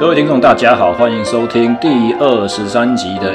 各位听众，大家好，欢迎收听第23集的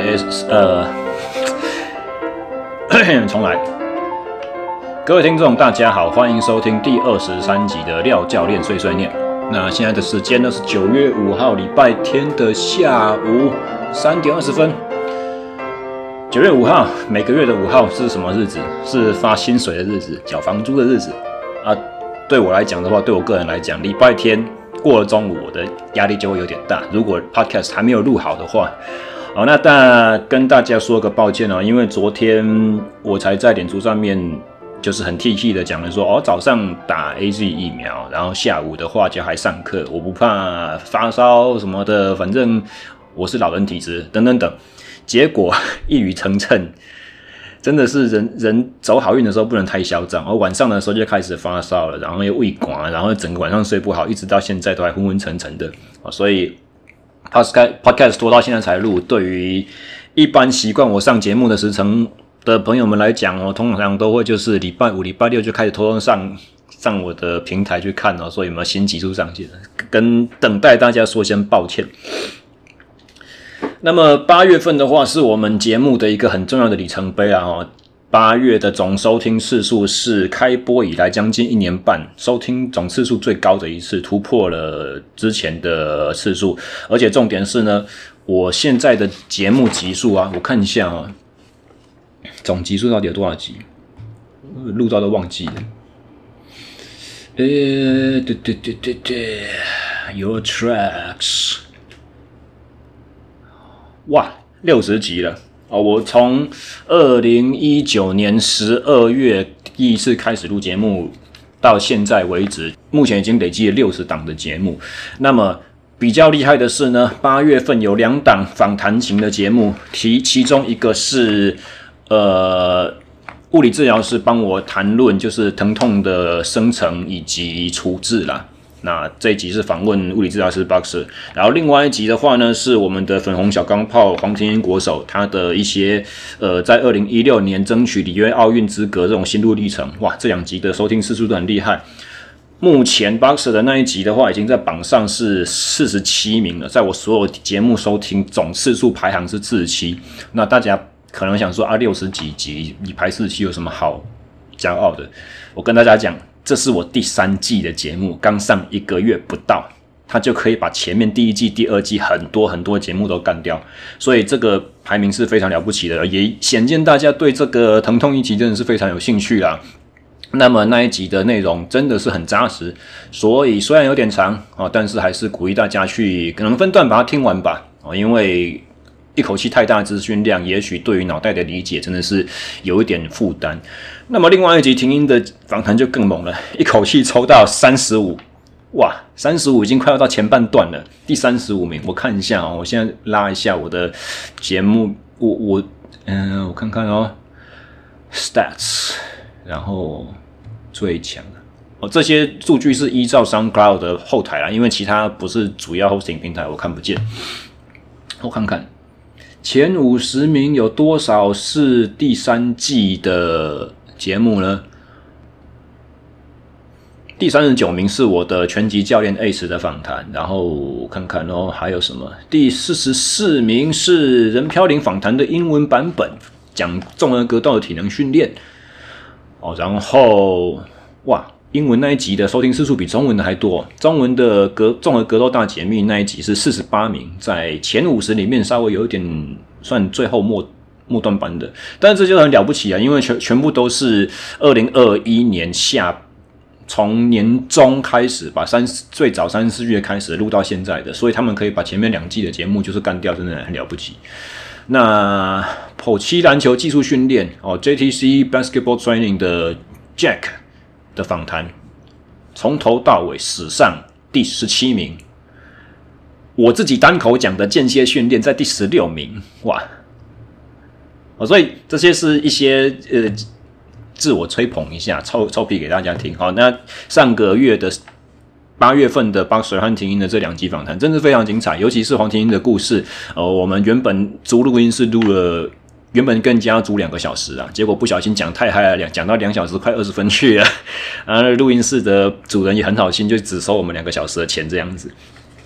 重来。各位听众，大家好，欢迎收听第23集的廖教练碎碎念。那现在的时间呢是9月5号礼拜天的下午3点20分。9月5号，每个月的5号是什么日子？是发薪水的日子，缴房租的日子啊。对我来讲的话，对我个人来讲，礼拜天过了中午，我的压力就会有点大。如果 podcast 还没有录好的话，好，那跟大家说个抱歉哦，因为昨天我才在脸书上面就是很 T 的讲了说，早上打 AZ 疫苗，然后下午的话就还上课，我不怕发烧什么的，反正我是老人体质等等等。结果一语成谶。真的是人走好运的时候不能太嚣张，晚上的时候就开始发烧了，然后又胃寒，然后整个晚上睡不好，一直到现在都还昏昏沉沉的。所以 podcast 拖到现在才录，对于一般习惯我上节目的时程的朋友们来讲，通常都会就是礼拜五、礼拜六就开始偷偷上我的平台去看，所以有没有新集数上线，跟等待大家说声抱歉。那么8月份的话，是我们节目的一个很重要的里程碑啊！8月的总收听次数是开播以来将近1年半收听总次数最高的一次，突破了之前的次数。而且重点是呢，我现在的节目集数啊，我看一下啊，总集数到底有多少集？录到都忘记了。对 ，Your Tracks。哇，60集了我从2019年12月第一次开始录节目到现在为止，目前已经累积了60档的节目。那么比较厉害的是呢，8月份有2档访谈型的节目，其中一个是物理治疗师帮我谈论就是疼痛的生成以及处置啦。那这一集是访问物理治疗师 Boxer， 然后另外一集的话呢，是我们的粉红小钢炮黄庭英国手他的一些在2016年争取里约奥运资格这种心路历程。哇，这2集的收听次数都很厉害。目前 Boxer 的那一集的话，已经在榜上是47名了，在我所有节目收听总次数排行是47。那大家可能想说60几集你排47有什么好骄傲的？我跟大家讲。这是我第3季的节目，刚上1个月不到，它就可以把前面第1季、第2季很多节目都干掉，所以这个排名是非常了不起的，也显见大家对这个疼痛议题真的是非常有兴趣啦。那么那一集的内容真的是很扎实，所以虽然有点长但是还是鼓励大家去可能分段把它听完吧因为一口气太大的资讯量，也许对于脑袋的理解真的是有一点负担。那么另外一集停音的访谈就更猛了，一口气抽到35，哇，35已经快要到前半段了，第35名。我看一下我现在拉一下我的节目，我看看Stats， 然后最强的这些数据是依照 SoundCloud 的后台啦，因为其他不是主要 hosting 平台，我看不见。我看看。前50名有多少是第3季的节目呢？第39名是我的拳击教练 Ace 的访谈，然后看看还有什么？第44名是任飘零访谈的英文版本，讲综合格斗的体能训练然后哇。英文那一集的收听次数比中文的还多，中文的综合格斗大解密那一集是48名，在前50里面稍微有一点算最后末段班的，但是这就很了不起因为全部都是2021年从年中开始吧，最早3、4月开始录到现在的，所以他们可以把前面2季的节目就是干掉，真的很了不起。那剖析篮球技术训练JTC Basketball Training 的 Jack的访谈，从头到尾史上第17名。我自己单口讲的间歇训练在第16名，哇！所以这些是一些自我吹捧一下，臭屁给大家听。好，那上个月的8月份的 Boxer 和廷英的这2集访谈，真是非常精彩，尤其是黄廷英的故事。我们原本租录音室录了。原本更加租2个小时结果不小心讲太嗨了，讲到2小时快20分去了。录音室的主人也很好心，就只收我们2个小时的钱这样子。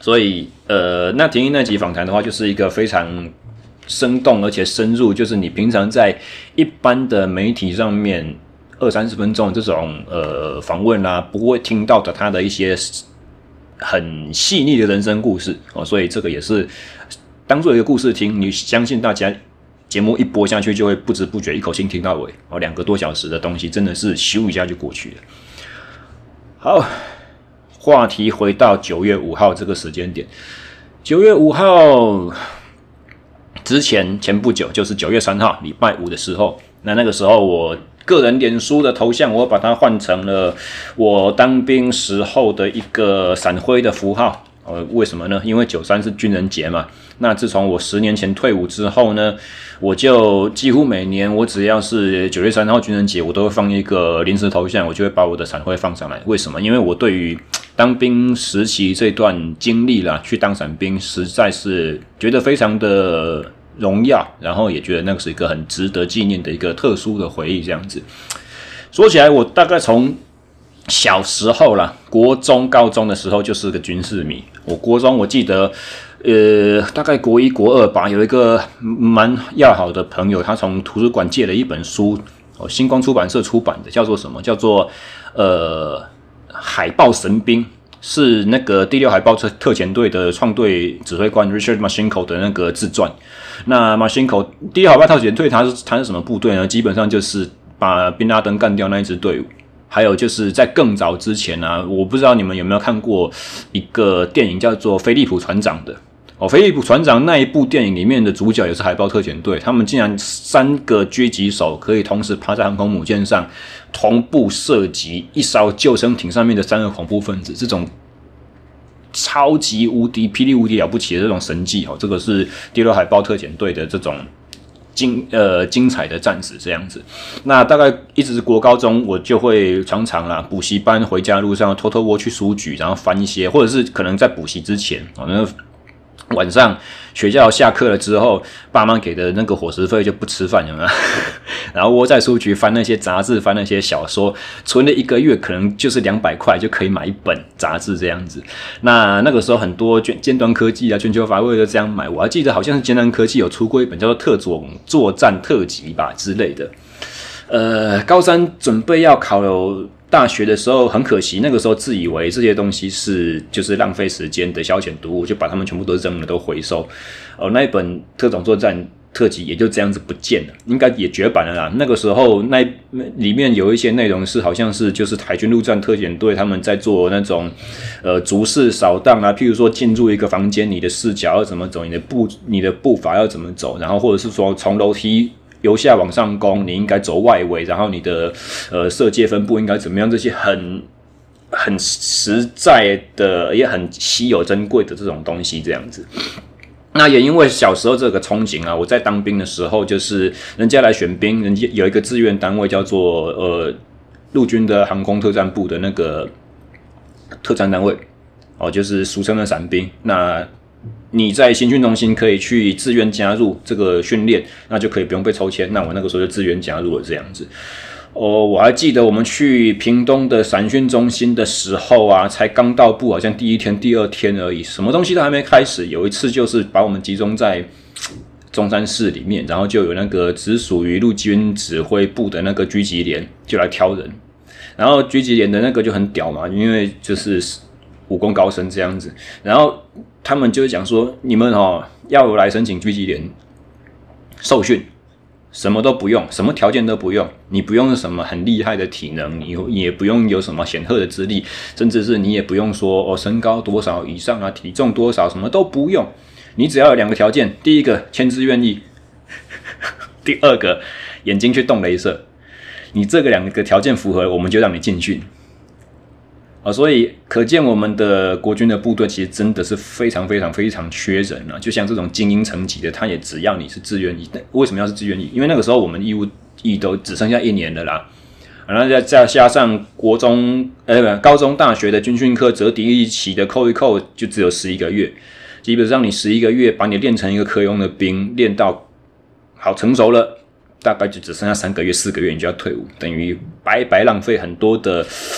所以那田英那集访谈的话，就是一个非常生动而且深入，就是你平常在一般的媒体上面20-30分钟这种访问啦，不会听到的他的一些很细腻的人生故事哦，所以这个也是当做一个故事听。你相信大家节目一播下去，就会不知不觉一口气听到尾哦，2个多小时的东西真的是咻一下就过去了。好，话题回到9月5号这个时间点。9月5号之前不久，就是9月3号礼拜五的时候，那个时候我个人脸书的头像，我把它换成了我当兵时候的一个伞徽的符号。为什么呢？因为93是军人节嘛。那自从我10年前退伍之后呢，我就几乎每年我只要是9月3号军人节，我都会放一个临时头像，我就会把我的伞徽放上来。为什么？因为我对于当兵时期这段经历啦，去当伞兵实在是觉得非常的荣耀，然后也觉得那个是一个很值得纪念的一个特殊的回忆这样子。说起来，我大概从小时候啦，国中、高中的时候就是个军事迷。我国中我记得，大概国1、国2吧，有一个蛮要好的朋友，他从图书馆借了一本书，星光出版社出版的，叫做什么？叫做海豹神兵，是那个第6海豹特遣队的创队指挥官 Richard Machinko 的那个自传。那 Machinko 第6海豹特遣队，他是什么部队呢？基本上就是把宾拉登干掉那一支队伍。还有就是在更早之前啊，我不知道你们有没有看过一个电影叫做《菲利普船长》的菲利普船长那一部电影里面的主角也是海豹特遣队，他们竟然3个狙击手可以同时趴在航空母舰上，同步射击一艘救生艇上面的3个恐怖分子，这种超级无敌霹雳无敌了不起的这种神迹这个是第6海豹特遣队的这种精彩的战史这样子。那大概一直国高中，我就会常常啦，补习班回家路上偷偷窝去书局，然后翻一些，或者是可能在补习之前那晚上学校下课了之后，爸妈给的那个伙食费就不吃饭，有没有？然后窝在书局翻那些杂志，翻那些小说，存了1个月，可能就是200块就可以买一本杂志这样子。那个时候很多尖端科技啊、全球法规都这样买。我还记得好像是尖端科技有出过一本叫做《特种作战特辑》吧之类的。高3准备要考大学的时候，很可惜，那个时候自以为这些东西就是浪费时间的消遣读物，就把它们全部都扔了，都回收。那一本特种作战特辑也就这样子不见了，应该也绝版了啦。那个时候那里面有一些内容是好像是就是海军陆战特遣队他们在做那种逐室扫荡啊，譬如说进入一个房间，你的视角要怎么走，你的步伐要怎么走，然后或者是说从楼梯由下往上攻，你应该走外围，然后你的射界分布应该怎么样？这些很实在的，也很稀有珍贵的这种东西，这样子。那也因为小时候这个憧憬啊，我在当兵的时候，就是人家来选兵，人家有一个志愿单位叫做陆军的航空特战部的那个特战单位，就是俗称的伞兵。那你在新训中心可以去自愿加入这个训练，那就可以不用被抽签。那我那个时候就自愿加入了这样子。我还记得我们去屏东的伞训中心的时候啊，才刚到部，好像第1天、第2天而已，什么东西都还没开始。有一次就是把我们集中在中山市里面，然后就有那个只属于陆军指挥部的那个狙击连就来挑人，然后狙击连的那个就很屌嘛，因为就是武功高深这样子，然后他们就讲说，你们要来申请狙击连受训。什么都不用，什么条件都不用，你不用什么很厉害的体能，你也不用有什么显赫的资历，甚至是你也不用说身高多少以上啊，体重多少，什么都不用。你只要有2个条件，第一个签字愿意，第2个眼睛去动雷射。你这个2个条件符合，我们就让你进训。所以可见我们的国军的部队其实真的是非常非常非常缺人啊！就像这种精英层级的，他也只要你是自愿役。为什么要是自愿役？因为那个时候我们义务役都只剩下1年了啦，然后再加上高中、大学的军训课折抵一起的扣一扣，就只有11个月。基本上你11个月把你练成一个可用的兵，练到好成熟了，大概就只剩下3个月、4个月你就要退伍，等于白白浪费很多的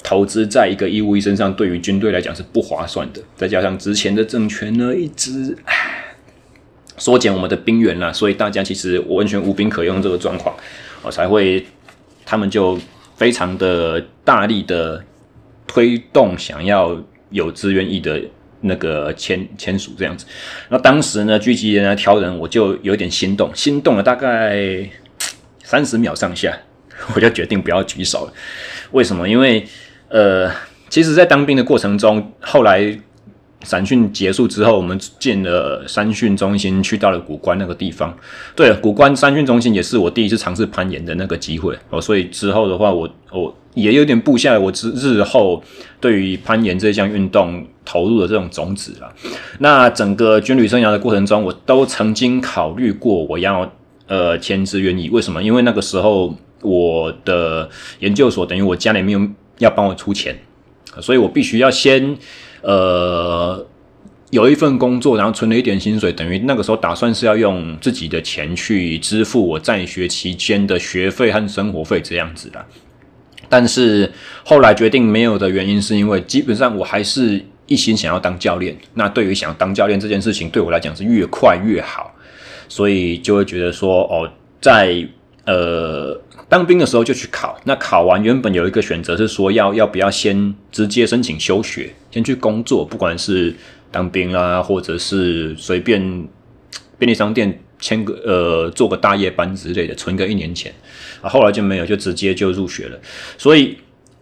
投资在一个义务役身上，对于军队来讲是不划算的。再加上之前的政权呢，一直缩减我们的兵源啦，所以大家其实完全无兵可用这个状况，才会他们就非常的大力的推动想要有志愿役的那个签署这样子。那当时呢，狙击人来挑人，我就有点心动了大概30秒上下，我就决定不要举手了。为什么？因为其实在当兵的过程中，后来散训结束之后，我们进了山训中心，去到了古关那个地方。对了，古关山训中心也是我第一次尝试攀岩的那个机会所以之后的话，我也有点布下了我日后对于攀岩这项运动投入的这种种子啦。那整个军旅生涯的过程中，我都曾经考虑过我要签志愿役。为什么？因为那个时候我的研究所等于我家里没有要帮我出钱，所以我必须要先有一份工作，然后存了一点薪水，等于那个时候打算是要用自己的钱去支付我在学期间的学费和生活费这样子啦。但是后来决定没有的原因，是因为基本上我还是一心想要当教练。那对于想要当教练这件事情，对我来讲是越快越好，所以就会觉得说在当兵的时候就去考。那考完原本有一个选择是说要不要先直接申请休学，先去工作，不管是当兵啦，或者是随便便利商店做个大夜班之类的，存个1年钱后来就没有，就直接就入学了。所以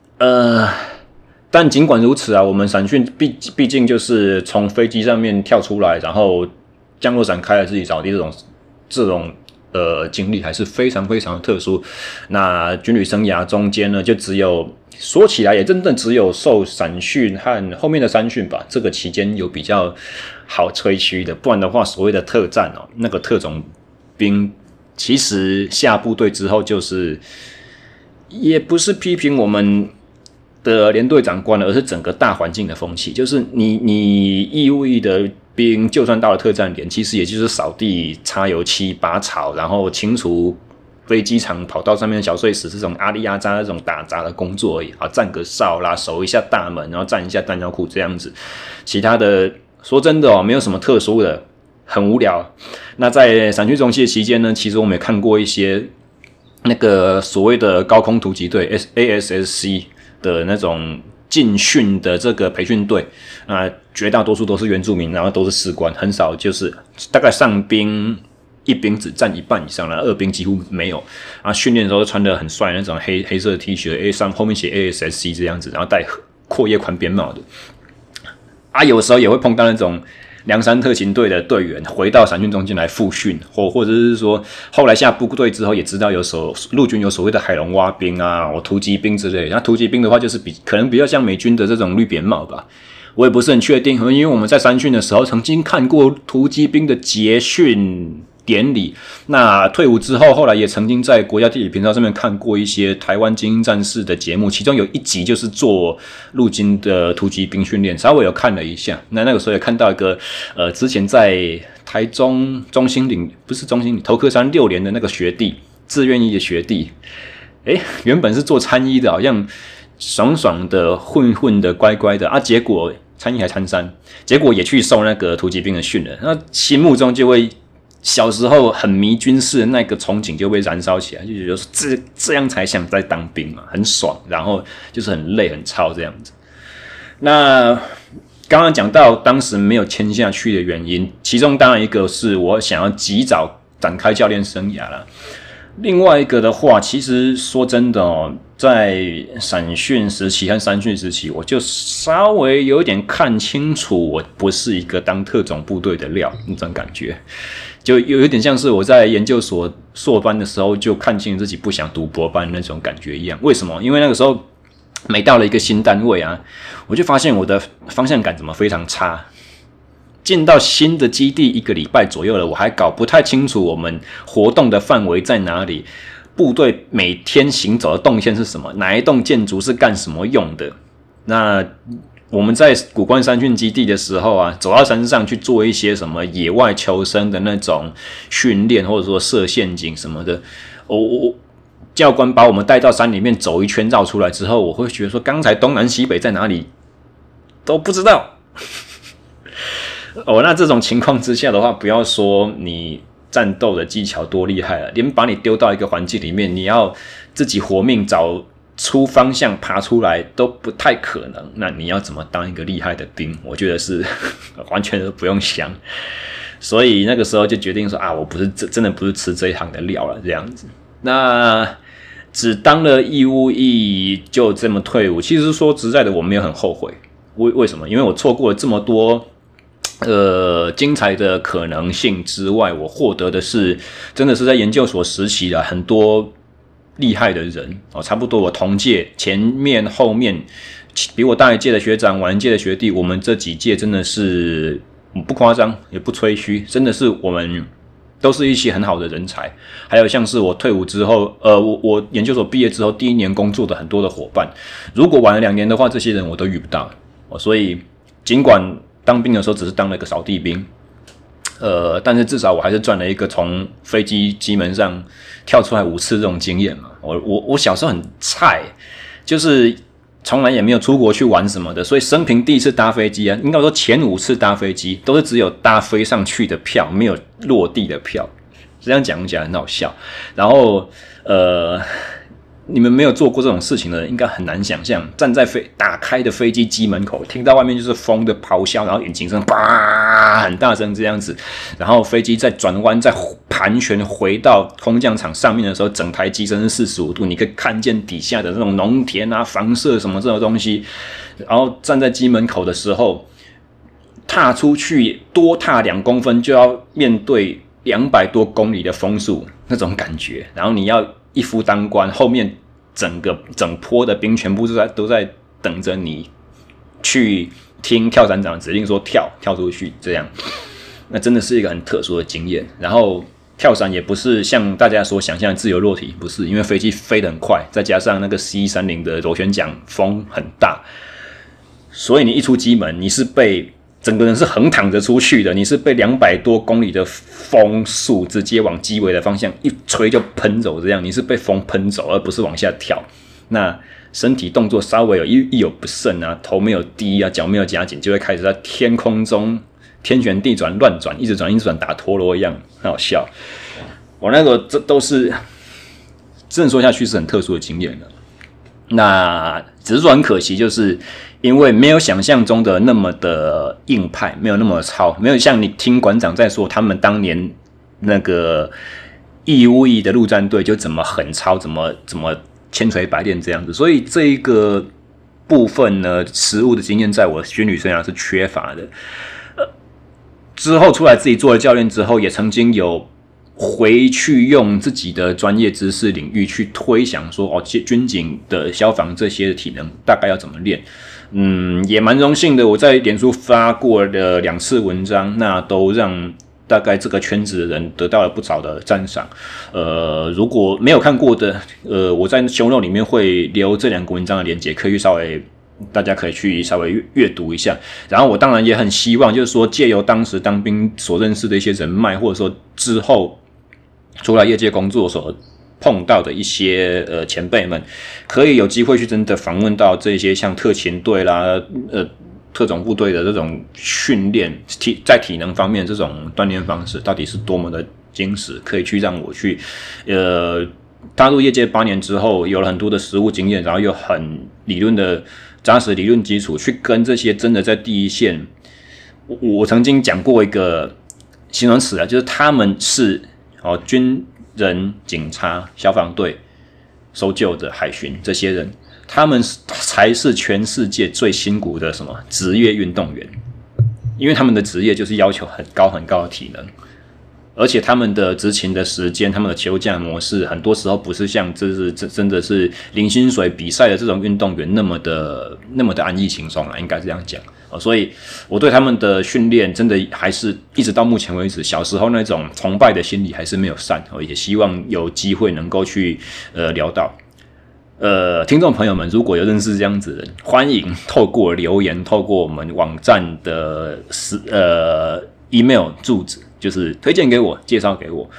但尽管如此我们散训毕竟就是从飞机上面跳出来，然后降落伞开了自己着地这种经历还是非常非常的特殊。那军旅生涯中间呢，就只有说起来也真正只有受散训和后面的山训吧，这个期间有比较好吹嘘的。不然的话，所谓的特战那个特种兵，其实下部队之后就是也不是批评我们的连队长官了，而是整个大环境的风气。就是你义务役的兵，就算到了特战连，其实也就是扫地、擦油漆、拔草，然后清除飞机场跑道上面的小碎石，这种阿里阿扎那种打杂的工作而已站个哨啦，守一下大门，然后站一下弹药库这样子。其他的说真的没有什么特殊的，很无聊。那在散训中心的期间呢，其实我们也看过一些那个所谓的高空突击队 ASSC 的那种进训的这个培训队，绝大多数都是原住民，然后都是士官，很少就是大概上兵一兵只占一半以上了，二兵几乎没有。训练的时候穿得很帅那种黑色的 T 恤上后面写 ASSC 这样子，然后戴阔叶宽边帽的。有时候也会碰到那种梁山特勤队的队员回到散训中心来复训，或者是说后来下部队之后也知道陆军有所谓的海龙蛙兵突击兵之类的。那突击兵的话就是可能比较像美军的这种绿扁帽吧，我也不是很确定，因为我们在山训的时候曾经看过突击兵的结训典礼。那退伍之后，后来也曾经在国家地理频道上面看过一些台湾精英战士的节目，其中有一集就是做陆军的突击兵训练，稍微有看了一下。那个时候也看到一个之前在台中中心岭，不是中心岭，头科山6连的那个学弟，志愿役的学弟，原本是做参医的，好像爽爽的混的乖乖的结果参医还参3，结果也去受那个突击兵的训了。那心目中就会小时候很迷军事的那个憧憬就被燃烧起来，就觉得说这样才想在当兵嘛，很爽，然后就是很累很操这样子。那刚刚讲到当时没有签下去的原因，其中当然一个是我想要及早展开教练生涯啦。另外一个的话，其实说真的在散训时期和山训时期，我就稍微有点看清楚，我不是一个当特种部队的料，那种感觉，就有点像是我在研究所硕班的时候就看清自己不想读博班那种感觉一样。为什么？因为那个时候每到了一个新单位我就发现我的方向感怎么非常差。进到新的基地1个礼拜左右了，我还搞不太清楚我们活动的范围在哪里，部队每天行走的动线是什么，哪一栋建筑是干什么用的。那我们在古关山训基地的时候走到山上去做一些什么野外求生的那种训练，或者说设陷阱什么的， 教官把我们带到山里面走一圈绕出来之后，我会觉得说刚才东南西北在哪里都不知道。那这种情况之下的话，不要说你战斗的技巧多厉害了，连把你丢到一个环境里面，你要自己活命找出方向爬出来都不太可能。那你要怎么当一个厉害的兵？我觉得是完全都不用想。所以那个时候就决定说我不是真的不是吃这一行的料了，这样子。那只当了义务役就这么退伍，其实说实在的，我没有很后悔。为什么？因为我错过了这么多精彩的可能性之外，我获得的是真的是在研究所实习了很多厉害的人差不多我同届前面后面比我大一届的学长，晚一届的学弟，我们这几届真的是不夸张也不吹嘘，真的是我们都是一些很好的人才。还有像是我退伍之后我研究所毕业之后第一年工作的很多的伙伴，如果晚了2年的话，这些人我都遇不到。所以尽管当兵的时候只是当了个扫地兵但是至少我还是赚了一个从飞机机门上跳出来5次这种经验嘛。我小时候很菜，就是从来也没有出国去玩什么的，所以生平第一次搭飞机应该说前5次搭飞机都是只有搭飞上去的票，没有落地的票。这样讲起来很好笑。然后你们没有做过这种事情的人应该很难想象，站在打开的飞机机门口，听到外面就是风的咆哮，然后引擎声啪很大声这样子，然后飞机在转弯再盘旋回到空降场上面的时候，整台机身是45度，你可以看见底下的那种农田房舍什么这种东西。然后站在机门口的时候，踏出去多踏2公分就要面对200多公里的风速那种感觉，然后你要一夫当关，后面整波的兵全部都在等着你去听跳伞长的指令，说跳出去，这样那真的是一个很特殊的经验。然后跳伞也不是像大家所想象的自由落体，不是，因为飞机飞得很快，再加上那个 C-130 的螺旋桨风很大，所以你一出机门，你是被整个人是横躺着出去的，你是被200多公里的风速直接往机尾的方向一吹就喷走，这样你是被风喷走，而不是往下跳。那身体动作稍微一有不慎头没有低脚没有夹紧，就会开始在天空中天旋地转乱转，一直转打陀螺一样，很好笑。我那个这都是真的说下去是很特殊的经验了。那只是说很可惜，就是因为没有想象中的那么的硬派，没有那么糙，没有像你听馆长在说他们当年那个义务役的陆战队就怎么很糙，怎么千锤百炼这样子。所以这一个部分呢，实务的经验在我军旅生涯是缺乏的。之后出来自己做了教练之后，也曾经有回去用自己的专业知识领域去推想说军警的消防这些的体能大概要怎么练。也蛮荣幸的，我在脸书发过了2次文章，那都让大概这个圈子的人得到了不少的赞赏。如果没有看过的，我在show note里面会留这2个文章的连结，可以大家可以去稍微阅读一下。然后我当然也很希望，就是说借由当时当兵所认识的一些人脉，或者说之后出来业界工作所碰到的一些前辈们，可以有机会去真的访问到这些像特勤队啦、特种部队的这种训练，在体能方面这种锻炼方式到底是多么的精实，可以去让我去踏入业界8年之后，有了很多的实务经验，然后又很理论的扎实理论基础，去跟这些真的在第一线。我曾经讲过一个形容词就是他们是军人、警察、消防队、搜救的海巡这些人，他们才是全世界最辛苦的职业运动员，因为他们的职业就是要求很高很高的体能，而且他们的执勤的时间、他们的休假模式，很多时候不是像真的是领薪水比赛的这种运动员那么的安逸轻松应该这样讲。所以我对他们的训练真的还是一直到目前为止，小时候那种崇拜的心理还是没有散，也希望有机会能够去聊到。听众朋友们，如果有认识这样子的人，欢迎透过留言，透过我们网站的email 住址，就是推荐给我，介绍给我。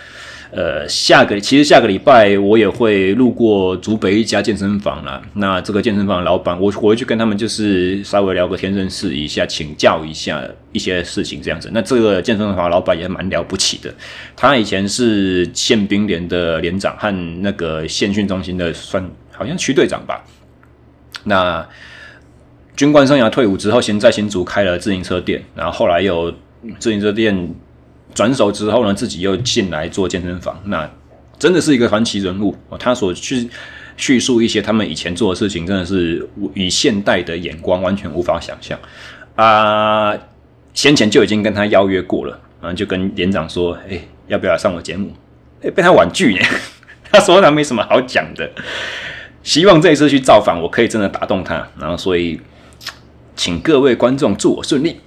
其实下个礼拜我也会路过竹北一家健身房啦。那这个健身房的老板，我会去跟他们就是稍微聊个天生事一下，请教一下一些事情这样子。那这个健身房的老板也蛮了不起的，他以前是宪兵连的连长和那个宪训中心的好像区队长吧。那军官生涯退伍之后，先在新竹开了自行车店，然后后来有自行车店转手之后呢，自己又进来做健身房。那真的是一个传奇人物，他所去叙述一些他们以前做的事情，真的是以现代的眼光完全无法想象啊。先前就已经跟他邀约过了，然后就跟连长说，要不要来上我节目？被他婉拒呢。他说他没什么好讲的，希望这一次去造访，我可以真的打动他。然后所以，请各位观众祝我顺利。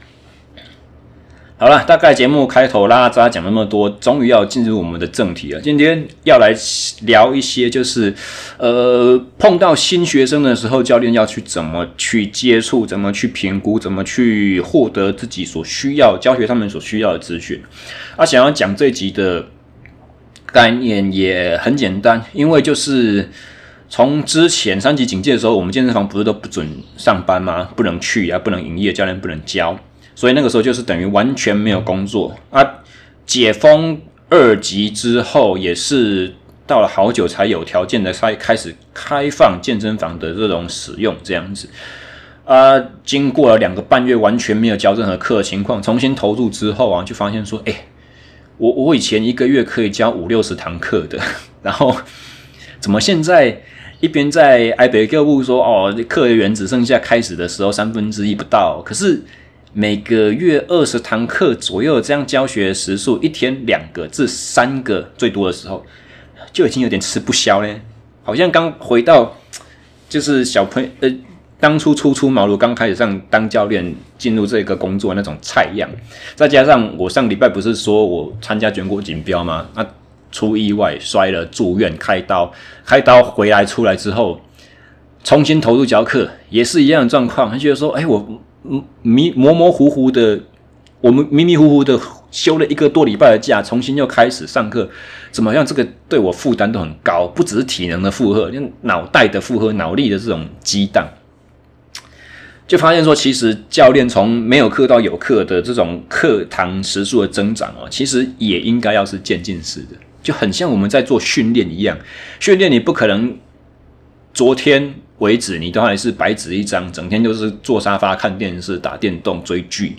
好了，大概节目开头拉杂讲那么多，终于要进入我们的正题了。今天要来聊一些，就是碰到新学生的时候，教练要去怎么去接触，怎么去评估，怎么去获得自己所需要教学他们所需要的资讯。想要讲这集的概念也很简单，因为就是从之前3级警戒的时候，我们健身房不是都不准上班吗？不能去啊，不能营业，教练不能教。所以那个时候就是等于完全没有工作啊。解封2级之后，也是到了好久才有条件的开始开放健身房的这种使用这样子啊。经过了2个半月完全没有教任何课的情况，重新投入之后啊，就发现说，我以前1个月可以教50-60堂课的，然后怎么现在一边在台北各部说课源只剩下开始的时候1/3不到，可是每个月20堂课左右这样教学的时数，一天2个至3个最多的时候，就已经有点吃不消嘞。好像刚回到就是当初初出茅庐刚开始当教练进入这个工作那种菜样，再加上我上礼拜不是说我参加全国锦标吗？出意外摔了住院开刀回来出来之后，重新投入教课也是一样的状况。他觉得说，我模模糊糊的，我们迷迷糊糊的休了1个多礼拜的假，重新又开始上课，怎么样？这个对我负担都很高，不只是体能的负荷，连脑袋的负荷、脑力的这种激荡，就发现说，其实教练从没有课到有课的这种课堂时数的增长其实也应该要是渐进式的，就很像我们在做训练一样。训练你不可能昨天为止你都还是白纸一张，整天就是坐沙发看电视、打电动、追剧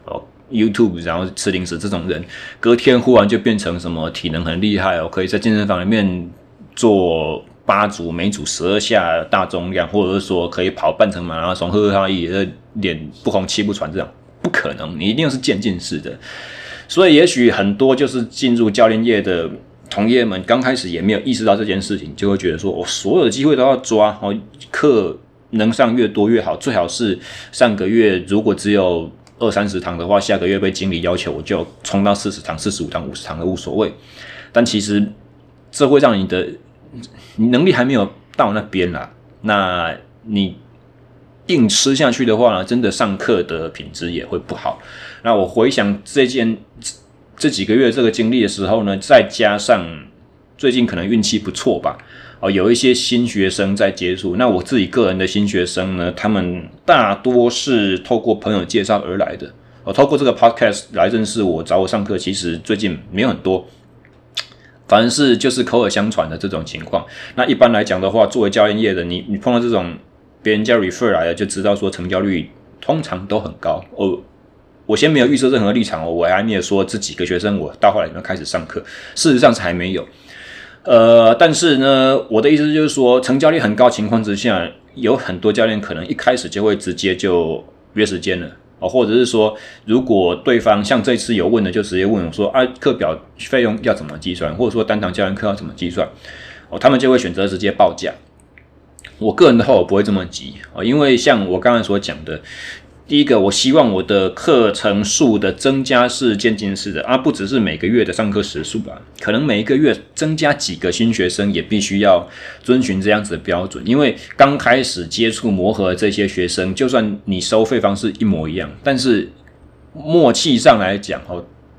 YouTube 然后吃零食这种人，隔天忽然就变成什么体能很厉害可以在健身房里面做8组，每组12下大重量，或者是说可以跑半程马拉松，喝哈一脸不红气不喘，这样不可能，你一定是渐进式的。所以也许很多就是进入教练业的同业们刚开始也没有意识到这件事情，就会觉得说我所有的机会都要抓课能上越多越好，最好是上个月如果只有20-30堂的话，下个月被经理要求我就冲到40堂、45堂、50堂的无所谓。但其实这会让你能力还没有到那边啦，那你硬吃下去的话呢，真的上课的品质也会不好。那我回想这几个月这个经历的时候呢，再加上最近可能运气不错吧，有一些新学生在接触。那我自己个人的新学生呢，他们大多是透过朋友介绍而来的。透过这个 podcast 来认识我，找我上课，其实最近没有很多，反而是就是口耳相传的这种情况。那一般来讲的话，作为教练业的你碰到这种别人家 refer 来的，就知道说成交率通常都很高。我先没有预设任何立场，我还没有说这几个学生我到后来有没有开始上课，事实上是还没有。但是呢，我的意思就是说，成交率很高情况之下，有很多教练可能一开始就会直接就约时间了。或者是说，如果对方像这次有问的，就直接问我说课表费用要怎么计算，或者说单堂教练课要怎么计算，他们就会选择直接报价。我个人的话，我不会这么急，因为像我刚才所讲的，第一个，我希望我的课程数的增加是渐进式的不只是每个月的上课时数吧，可能每一个月增加几个新学生也必须要遵循这样子的标准。因为刚开始接触磨合这些学生，就算你收费方式一模一样，但是默契上来讲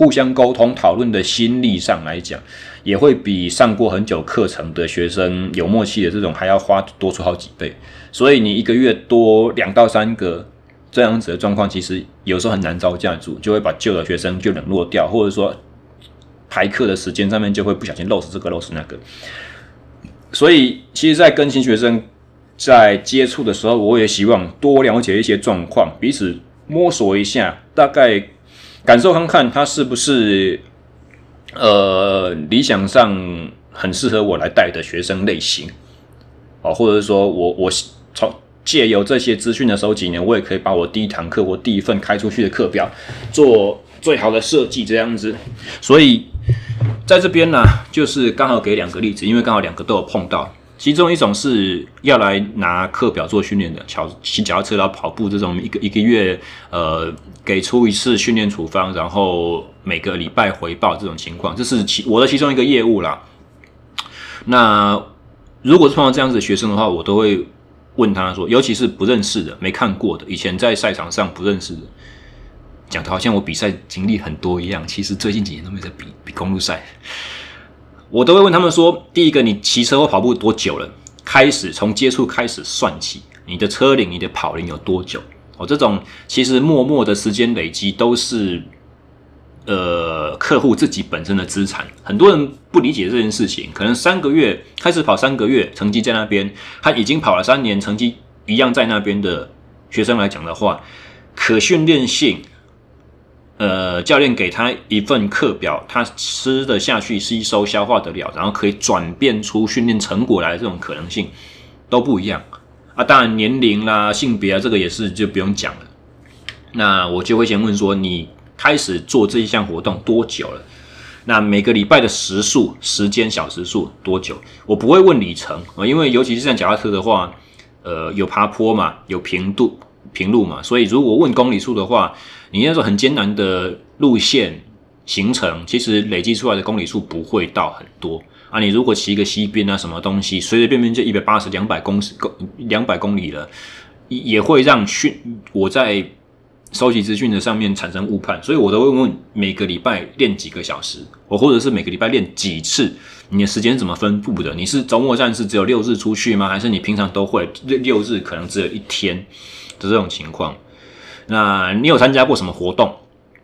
互相沟通讨论的心力上来讲，也会比上过很久课程的学生有默契的这种还要花多出好几倍。所以你一个月多2到3个这样子的状况，其实有时候很难招架住，就会把旧的学生就冷落掉，或者说排课的时间上面就会不小心漏失这个漏失那个。所以其实在跟新学生在接触的时候，我也希望多了解一些状况，彼此摸索一下，大概感受看看他是不是理想上很适合我来带的学生类型，或者是说我借由这些资讯的收集呢，我也可以把我第一堂课或第一份开出去的课表做最好的设计，这样子。所以在这边呢，就是刚好给2个例子，因为刚好2个都有碰到。其中一种是要来拿课表做训练的，骑脚踏车到跑步这种一个月给出一次训练处方，然后每个礼拜回报这种情况，这是我的其中一个业务啦。那如果是碰到这样子的学生的话，我都会问他说，尤其是不认识的、没看过的、以前在赛场上不认识的，讲的好像我比赛经历很多一样，其实最近几年都没在比公路赛。我都会问他们说，第一个，你骑车或跑步多久了？从接触开始算起，你的车龄、你的跑龄有多久？这种其实默默的时间累积都是客户自己本身的资产。很多人不理解这件事情，可能3个月开始跑3个月，成绩在那边，他已经跑了3年，成绩一样在那边的学生来讲的话，可训练性。教练给他一份课表，他吃得下去、吸收、消化得了，然后可以转变出训练成果来的这种可能性都不一样啊。当然年龄啦、性别啊，这个也是就不用讲了。那我就会先问说，你开始做这一项活动多久了？那每个礼拜的时数、时间、小时数多久？我不会问里程，因为尤其是像脚踏车的话，有爬坡嘛，有平路嘛，所以如果问公里数的话，你那种很艰难的路线行程，其实累积出来的公里数不会到很多啊。你如果骑一个西边啊，什么东西，随随便便就180、200公里了，也会让我在收集资讯的上面产生误判。所以我都会问每个礼拜练几个小时，或者是每个礼拜练几次，你的时间怎么分布的？你是周末战士只有6日出去吗？还是你平常都会6日可能只有1天的这种情况？那你有参加过什么活动？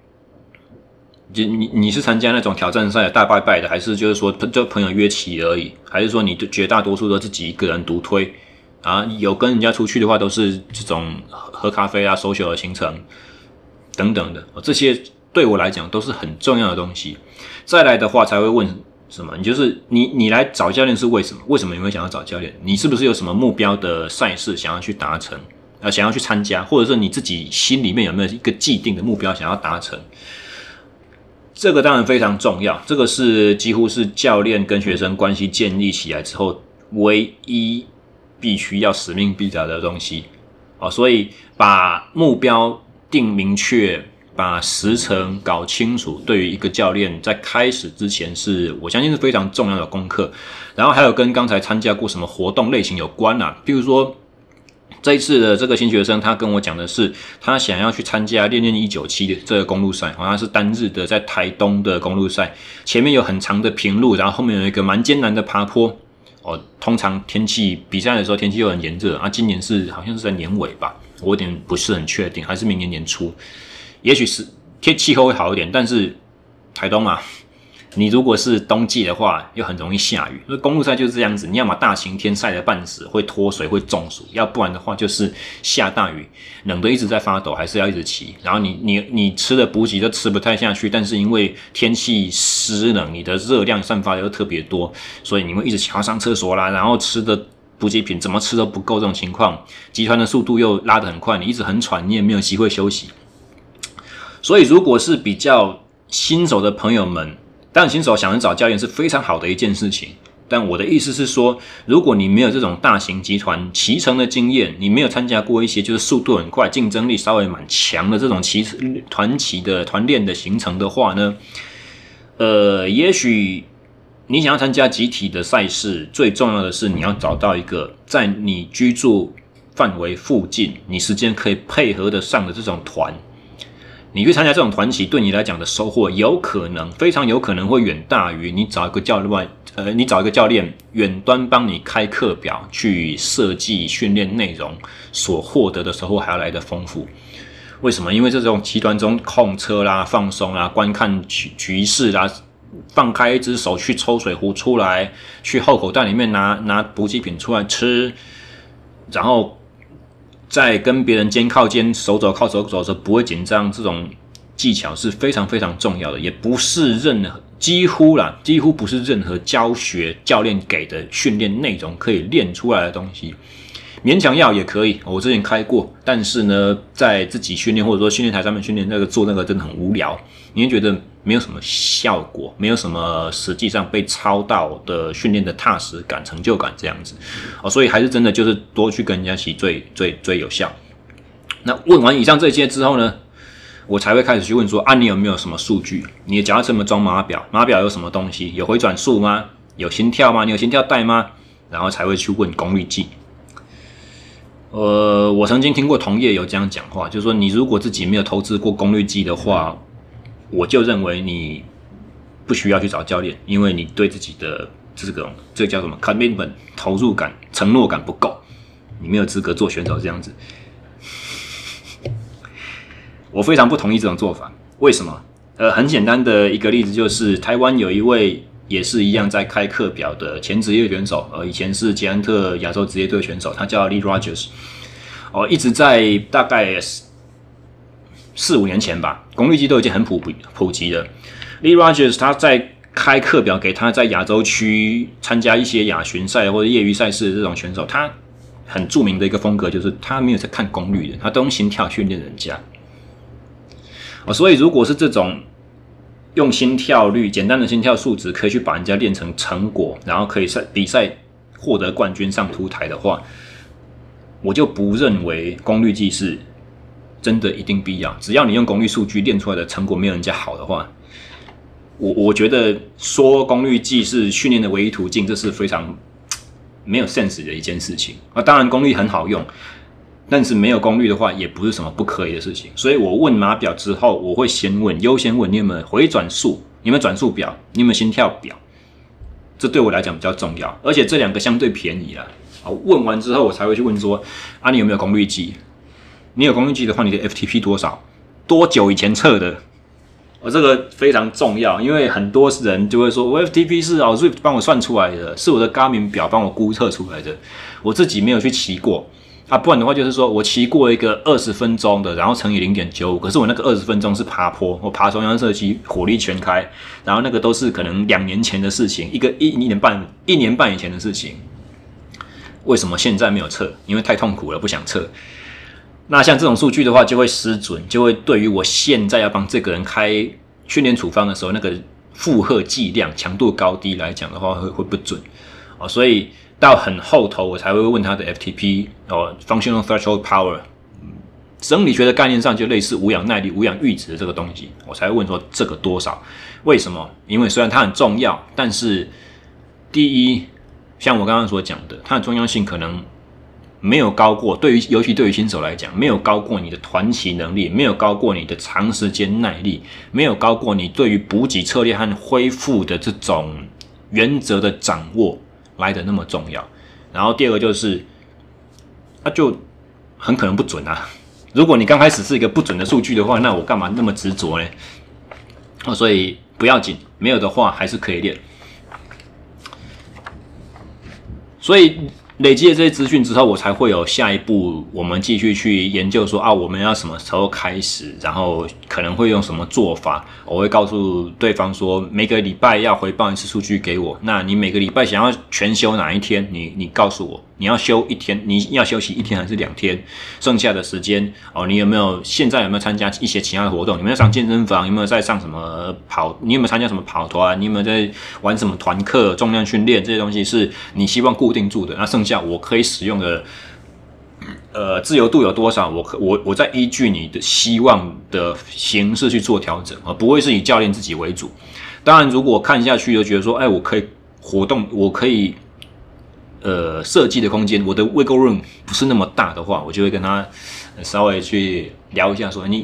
你是参加那种挑战赛的大拜拜的，还是就是说就朋友约骑而已？还是说你绝大多数都自己一个人独推啊？有跟人家出去的话，都是这种喝咖啡啊、social 的行程等等的，这些对我来讲都是很重要的东西。再来的话，才会问什么？你来找教练是为什么？为什么你会想要找教练？你是不是有什么目标的赛事想要去达成？想要去参加，或者是你自己心里面有没有一个既定的目标想要达成？这个当然非常重要，这个是几乎是教练跟学生关系建立起来之后唯一必须要使命必达的东西。所以把目标定明确，把时程搞清楚，对于一个教练在开始之前我相信是非常重要的功课。然后还有跟刚才参加过什么活动类型有关啊，譬如说这一次的这个新学生，他跟我讲的是，他想要去参加练197的这个公路赛，好像是单日的在台东的公路赛，前面有很长的平路，然后后面有一个蛮艰难的爬坡。通常比赛的时候天气又很炎热啊，今年好像是在年尾吧，我有点不是很确定，还是明年年初，也许是气候会好一点，但是台东嘛。你如果是冬季的话，又很容易下雨。公路赛就是这样子，你要么大晴天晒得半死，会脱水会中暑；要不然的话就是下大雨，冷得一直在发抖，还是要一直骑。然后你吃的补给都吃不太下去，但是因为天气湿冷，你的热量散发的又特别多，所以你会一直想要上厕所啦，然后吃的补给品怎么吃都不够，这种情况，集团的速度又拉得很快，你一直很喘，你也没有机会休息。所以如果是比较新手的朋友们，当然新手想找教练是非常好的一件事情，但我的意思是说，如果你没有这种大型集团骑乘的经验，你没有参加过一些就是速度很快、竞争力稍微蛮强的这种团练的行程的话呢，也许你想要参加集体的赛事，最重要的是你要找到一个在你居住范围附近，你时间可以配合得上的这种团。 你去参加这种团旗，对你来讲的收获有可能非常有可能会远大于你找一个教练远端帮你开课表去设计训练内容所获得的收获还要来得丰富。为什么？因为这种极端中控车啦、放松啦、观看局势啦、放开一只手去抽水壶出来，去后口袋里面拿补给品出来吃，然后在跟别人肩靠肩、手肘靠手肘的时候不会紧张，这种技巧是非常非常重要的，也不是几乎不是任何教学教练给的训练内容可以练出来的东西。勉强要也可以，我之前开过，但是呢，在自己训练或者说训练台上面训练做那个真的很无聊，你会觉得没有什么效果，没有什么实际上被操到的训练的踏实感、成就感这样子，所以还是真的就是多去跟人家一起最有效。那问完以上这些之后呢，我才会开始去问说你有没有什么数据？你的脚踏车有没有装码表？码表有什么东西？有回转数吗？有心跳吗？你有心跳带吗？然后才会去问功率计。我曾经听过同业有这样讲话，就是说你如果自己没有投资过功率计的话，我就认为你不需要去找教练，因为你对自己的这个叫什么 commitment 投入感、承诺感不够，你没有资格做选手这样子。我非常不同意这种做法。为什么？很简单的一个例子就是台湾有一位也是一样在开课表的前职业选手，以前是捷安特亚洲职业队选手，他叫 Lee Rogers，一直在大概4-5年前吧，功率计都已经很普及了。Lee Rogers 他在开课表给他在亚洲区参加一些亚巡赛或者业余赛事的这种选手，他很著名的一个风格就是他没有在看功率的，他都用心跳训练人家。所以如果是这种用心跳率简单的心跳数值可以去把人家练成成果，然后可以在比赛获得冠军上凸台的话，我就不认为功率计是真的一定必要。只要你用功率数据练出来的成果没有人家好的话，我觉得说功率计是训练的唯一途径，这是非常没有 sense 的一件事情。当然功率很好用，但是没有功率的话也不是什么不可以的事情。所以我问码表之后，我会优先问你有没有回转数，你有没有转速表，你有没有心跳表，这对我来讲比较重要，而且这两个相对便宜啦。问完之后我才会去问说你有没有功率计？你有功率计的话，你的 FTP 多少？多久以前测的？这个非常重要，因为很多人就会说我 FTP 是Zwift 帮我算出来的，是我的 Garmin 表帮我估测出来的，我自己没有去骑过。不然的话就是说我骑过一个20分钟的，然后乘以 0.95， 可是我那个20分钟是爬坡，我爬中央社区火力全开，然后那个都是可能2年前的事情，一年半以前的事情。为什么现在没有测？因为太痛苦了，不想测。那像这种数据的话就会失准，就会对于我现在要帮这个人开训练处方的时候，那个负荷剂量强度高低来讲的话会不准。所以到很后头我才会问他的 FTP Functional Threshold Power， 生理学的概念上就类似无氧耐力、无氧阈值的这个东西，我才会问说这个多少？为什么？因为虽然它很重要，但是第一，像我刚刚所讲的，它的重要性可能没有高过，尤其对于新手来讲，没有高过你的团骑能力，没有高过你的长时间耐力，没有高过你对于补给策略和恢复的这种原则的掌握来的那么重要。然后第二个就是就很可能不准啊。如果你刚开始是一个不准的数据的话，那我干嘛那么执着呢？所以不要紧，没有的话还是可以练。所以累积了这些资讯之后，我才会有下一步，我们继续去研究说我们要什么时候开始，然后可能会用什么做法。我会告诉对方说，每个礼拜要回报一次数据给我。那你每个礼拜想要全休哪一天？你告诉我，你要休1天，你要休息1天还是2天？剩下的时间你现在有没有参加一些其他的活动？你有没有上健身房？有没有在上什么你有没有参加什么跑团？你有没有在玩什么团课、重量训练？这些东西是你希望固定住的。那剩下我可以使用的自由度有多少？我再依据你的希望的形式去做调整，而不会是以教练自己为主。当然，如果看下去就觉得说，我可以活动，我可以设计的空间，我的 wiggle room 不是那么大的话，我就会跟他稍微去聊一下说，你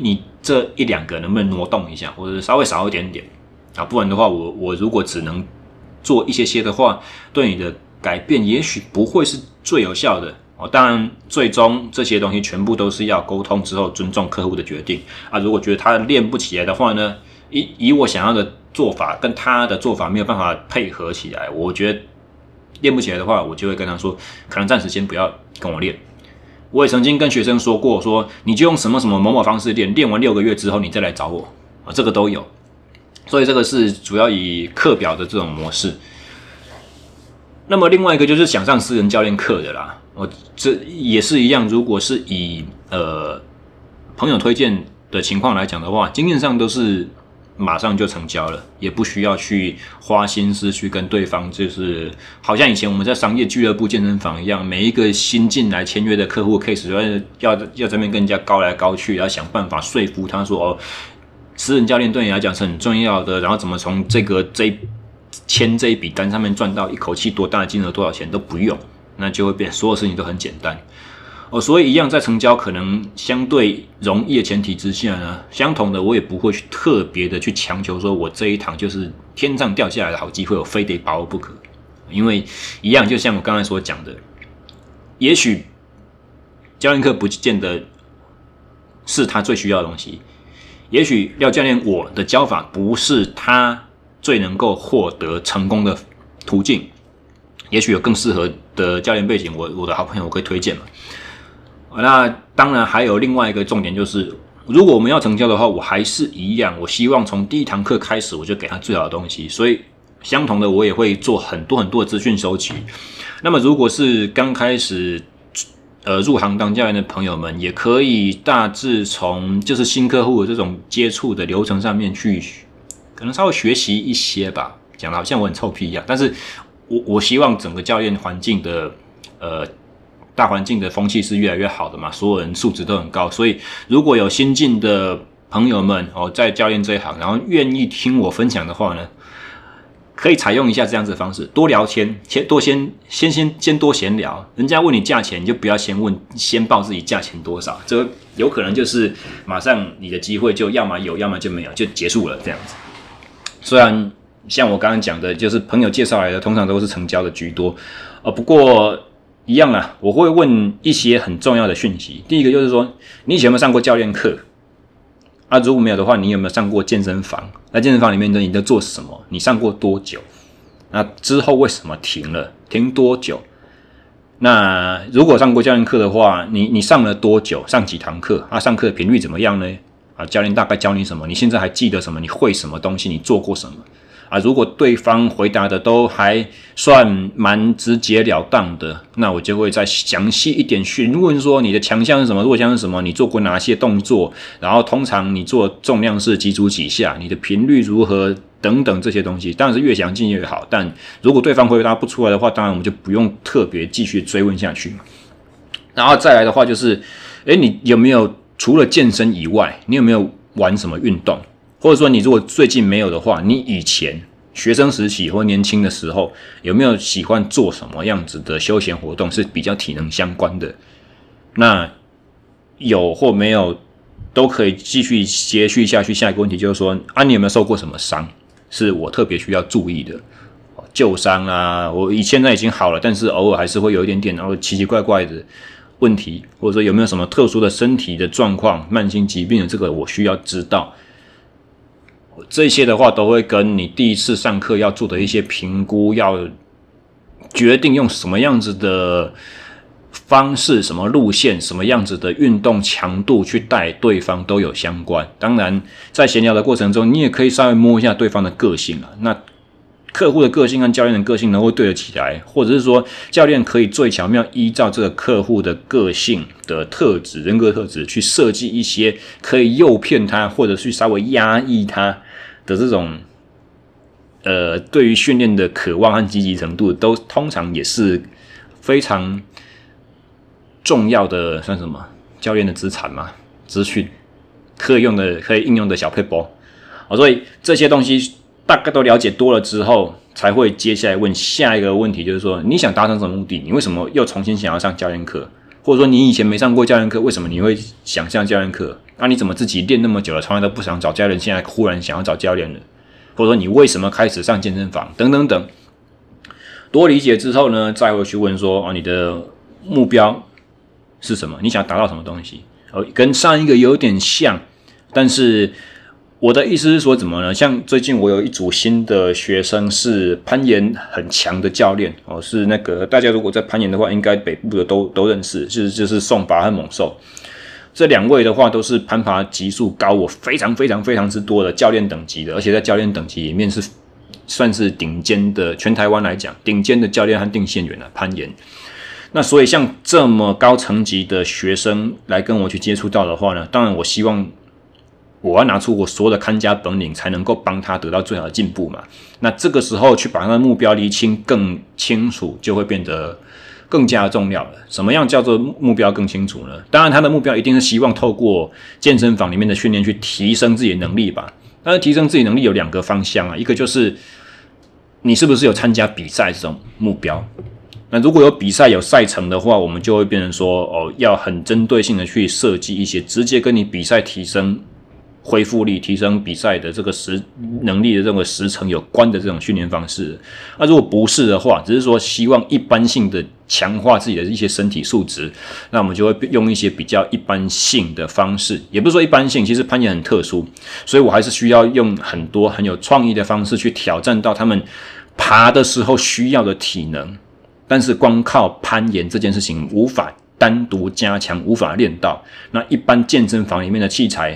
这一两个能不能挪动一下，或者稍微少一点点啊？不然的话，我如果只能做一些的话，对你的改变也许不会是最有效的哦。当然，最终这些东西全部都是要沟通之后尊重客户的决定啊。如果觉得他练不起来的话呢，以我想要的做法跟他的做法没有办法配合起来，我觉得练不起来的话，我就会跟他说，可能暂时先不要跟我练。我也曾经跟学生说过，说你就用什么什么某某方式练，练完6个月之后你再来找我啊，这个都有。所以这个是主要以课表的这种模式。那么另外一个就是想上私人教练课的啦，这也是一样。如果是以朋友推荐的情况来讲的话，经验上都是马上就成交了，也不需要去花心思去跟对方，就是好像以前我们在商业俱乐部、健身房一样，每一个新进来签约的客户 case 要这边跟人家高来高去，要想办法说服他说哦，私人教练对你来讲是很重要的，然后怎么从签这一笔单上面赚到一口气多大的金额多少钱都不用，那就会变所有事情都很简单哦。所以一样在成交可能相对容易的前提之下呢，相同的我也不会去特别的去强求说我这一堂就是天上掉下来的好机会，我非得把握不可。因为一样就像我刚才所讲的，也许教练课不见得是他最需要的东西，也许廖教练我的教法不是他最能够获得成功的途径，也许有更适合的教练背景，我的好朋友我可以推荐嘛。那当然还有另外一个重点就是，如果我们要成交的话，我还是一样，我希望从第一堂课开始我就给他最好的东西，所以相同的我也会做很多的资讯收集。那么如果是刚开始入行当教练的朋友们，也可以大致从就是新客户的这种接触的流程上面去可能稍微学习一些吧，讲的好像我很臭屁一样，但是我希望整个教练环境的大环境的风气是越来越好的嘛，所有人素质都很高，所以如果有新进的朋友们在教练这一行，然后愿意听我分享的话呢，可以采用一下这样子的方式，多聊天，先多闲聊，人家问你价钱，你就不要先报自己价钱多少，这有可能就是马上你的机会就要么有，要么就没有，就结束了这样子。虽然像我刚刚讲的，就是朋友介绍来的，通常都是成交的居多，不过一样啊，我会问一些很重要的讯息。第一个就是说，你以前有没有上过教练课啊？如果没有的话，你有没有上过健身房？那健身房里面你在做什么？你上过多久？那之后为什么停了？停多久？那如果上过教练课的话，你上了多久？上几堂课？上课的频率怎么样呢？教练大概教你什么？你现在还记得什么？你会什么东西？你做过什么？如果对方回答的都还算蛮直截了当的，那我就会再详细一点询问说你的强项是什么，弱项是什么，你做过哪些动作，然后通常你做重量是几组几下，你的频率如何等等这些东西，当然是越详尽越好。但如果对方回答不出来的话，当然我们就不用特别继续追问下去。然后再来的话就是，你有没有除了健身以外，你有没有玩什么运动？或者说你如果最近没有的话，你以前学生时期或年轻的时候有没有喜欢做什么样子的休闲活动是比较体能相关的？那有或没有都可以继续接续下去。下一个问题就是说你有没有受过什么伤是我特别需要注意的？旧伤啊，我现在已经好了，但是偶尔还是会有一点点奇奇怪怪的问题，或者说有没有什么特殊的身体的状况、慢性疾病的，这个我需要知道。这些的话都会跟你第一次上课要做的一些评估，要决定用什么样子的方式、什么路线、什么样子的运动强度去带对方都有相关。当然在闲聊的过程中，你也可以稍微摸一下对方的个性啊，那客户的个性和教练的个性能够对得起来，或者是说教练可以最巧妙依照这个客户的个性的特质、人格特质去设计一些可以诱骗他或者去稍微压抑他的这种对于训练的渴望和积极程度，都通常也是非常重要的，算什么教练的资产嘛，资讯可以应用的小撇步。所以这些东西大概都了解多了之后，才会接下来问下一个问题，就是说你想达成什么目的？你为什么又重新想要上教练课？ 或者说你以前没上过教练课，为什么你会想上教练课？那你怎么自己练那么久了，从来都不想找教练，现在忽然想要找教练了？或者说你为什么开始上健身房？等等等。多理解之后呢，再会去问说，你的目标是什么？你想达到什么东西？跟上一个有点像，但是我的意思是说怎么呢？像最近我有一组新的学生是攀岩很强的教练是那个大家如果在攀岩的话，应该北部的都认识，就是宋拔和猛兽。这2位的话都是攀爬级数高我非常非常非常之多的教练等级的，而且在教练等级里面是算是顶尖的，全台湾来讲顶尖的教练和定线员攀岩。那所以像这么高层级的学生来跟我去接触到的话呢，当然我希望我要拿出我所有的看家本领，才能够帮他得到最好的进步嘛。那这个时候去把他的目标厘清更清楚，就会变得更加重要了。什么样叫做目标更清楚呢？当然他的目标一定是希望透过健身房里面的训练去提升自己的能力吧。但是提升自己能力有2个方向啊，一个就是你是不是有参加比赛这种目标。那如果有比赛有赛程的话，我们就会变成说要很针对性的去设计一些直接跟你比赛提升恢复力、提升比赛的这个能力的这个时程有关的这种训练方式。那如果不是的话，只是说希望一般性的强化自己的一些身体素质，那我们就会用一些比较一般性的方式，也不是说一般性，其实攀岩很特殊，所以我还是需要用很多很有创意的方式去挑战到他们爬的时候需要的体能。但是光靠攀岩这件事情无法单独加强，无法练到。那一般健身房里面的器材，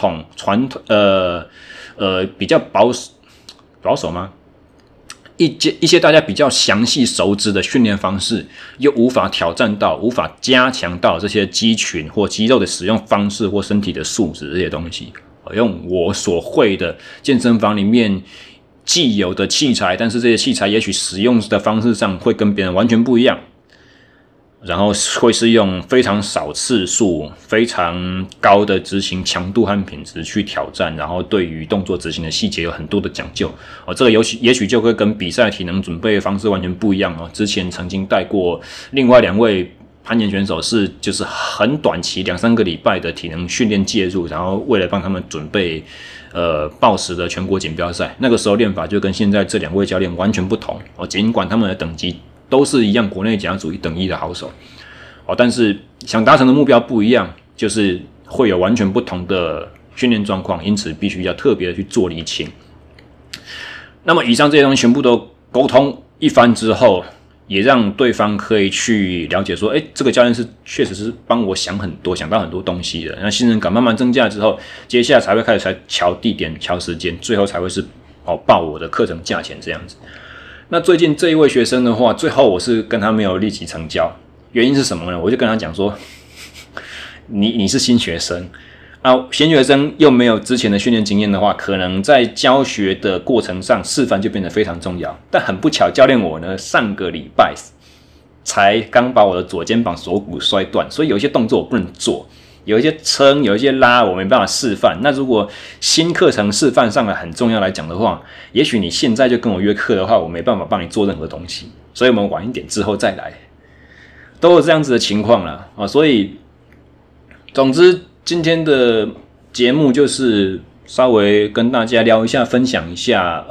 比较保守吗？一些大家比较详细熟知的训练方式，又无法挑战到，无法加强到这些肌群或肌肉的使用方式或身体的素质这些东西。用我所会的健身房里面既有的器材，但是这些器材也许使用的方式上会跟别人完全不一样，然后会是用非常少次数、非常高的执行强度和品质去挑战，然后对于动作执行的细节有很多的讲究。这个也许就会跟比赛体能准备的方式完全不一样之前曾经带过另外2位攀岩选手，就是很短期2-3个礼拜的体能训练介入，然后为了帮他们准备报时的全国锦标赛，那个时候练法就跟现在这2位教练完全不同尽管他们的等级都是一样国内甲组1等1的好手但是想达成的目标不一样，就是会有完全不同的训练状况，因此必须要特别的去做厘清。那么以上这些东西全部都沟通一番之后，也让对方可以去了解说，这个教练确实是帮我想到很多东西的。那信任感慢慢增加之后，接下来才会开始瞧地点、瞧时间，最后才会是报我的课程价钱这样子。那最近这一位学生的话，最后我是跟他没有立即成交，原因是什么呢？我就跟他讲说，你是新学生新学生又没有之前的训练经验的话，可能在教学的过程上示范就变得非常重要。但很不巧，教练我呢上个礼拜才刚把我的左肩膀锁骨摔断，所以有一些动作我不能做，有一些撑，有一些拉，我没办法示范。那如果新课程示范上来很重要来讲的话，也许你现在就跟我约课的话，我没办法帮你做任何东西，所以我们晚一点之后再来，都有这样子的情况啦所以总之今天的节目就是稍微跟大家聊一下，分享一下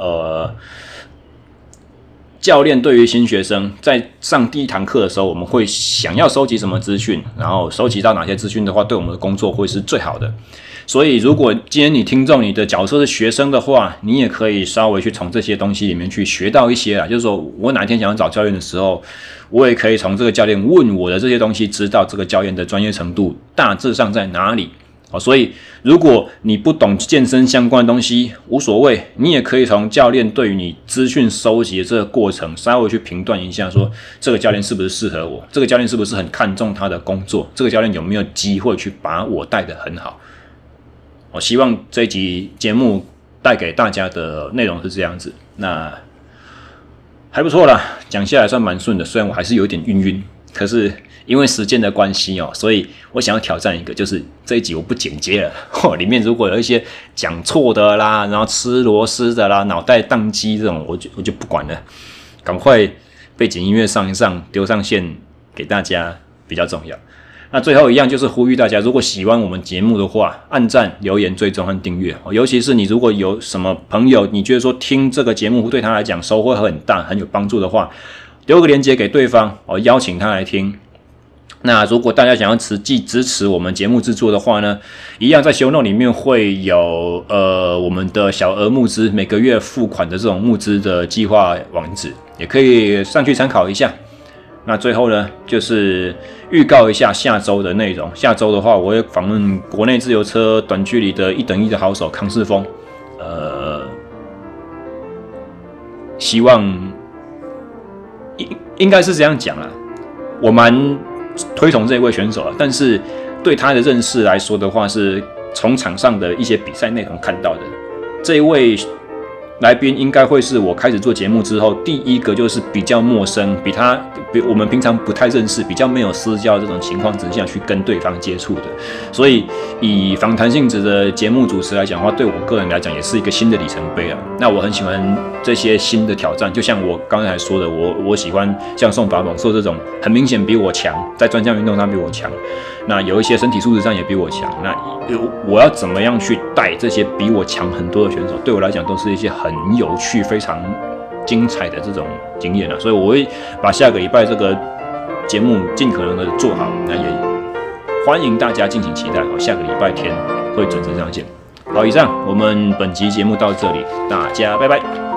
教练对于新学生在上第一堂课的时候，我们会想要收集什么资讯，然后收集到哪些资讯的话，对我们的工作会是最好的。所以如果今天你听众你的角色是学生的话，你也可以稍微去从这些东西里面去学到一些啦，就是说我哪天想要找教练的时候，我也可以从这个教练问我的这些东西，知道这个教练的专业程度大致上在哪里。所以如果你不懂健身相关的东西无所谓，你也可以从教练对于你资讯收集的这个过程稍微去评断一下，说这个教练是不是适合我，这个教练是不是很看重他的工作，这个教练有没有机会去把我带得很好。我希望这一集节目带给大家的内容是这样子，那还不错啦，讲下来算蛮顺的，虽然我还是有点晕，可是因为时间的关系所以我想要挑战一个，就是这一集我不剪接了里面如果有一些讲错的啦，然后吃螺丝的啦，脑袋宕机这种，我就不管了，赶快背景音乐上一上，丢上线给大家比较重要。 那最后一样就是呼吁大家，如果喜欢我们节目的话，按赞、留言、追踪和订阅。尤其是你如果有什么朋友，你觉得说听这个节目对他来讲收获很大、很有帮助的话，留个连结给对方，邀请他来听。那如果大家想要实际支持我们节目制作的话呢，一样在 show note 里面会有我们的小额募资，每个月付款的这种募资的计划网址，也可以上去参考一下。那最后呢，就是预告一下下周的内容。下周的话，我会访问国内自由车短距离的1等1的好手康世峰。希望应该是这样讲啦，我蛮推崇这位选手，但是对他的认识来说的话，是从场上的一些比赛内容看到的。这一位来宾应该会是我开始做节目之后第一个就是比较陌生，比我们平常不太认识，比较没有私交这种情况之下去跟对方接触的。所以以访谈性质的节目主持来讲的话，对我个人来讲也是一个新的里程碑啊。那我很喜欢这些新的挑战，就像我刚才说的，我喜欢像宋法猛说这种很明显比我强，在专项运动上比我强，那有一些身体素质上也比我强，那我要怎么样去带这些比我强很多的选手，对我来讲都是一些很有趣、非常精彩的这种经验啊。所以我会把下个礼拜这个节目尽可能的做好，那也欢迎大家敬请期待，下个礼拜天会准时上线。好，以上我们本集节目到这里，大家拜拜。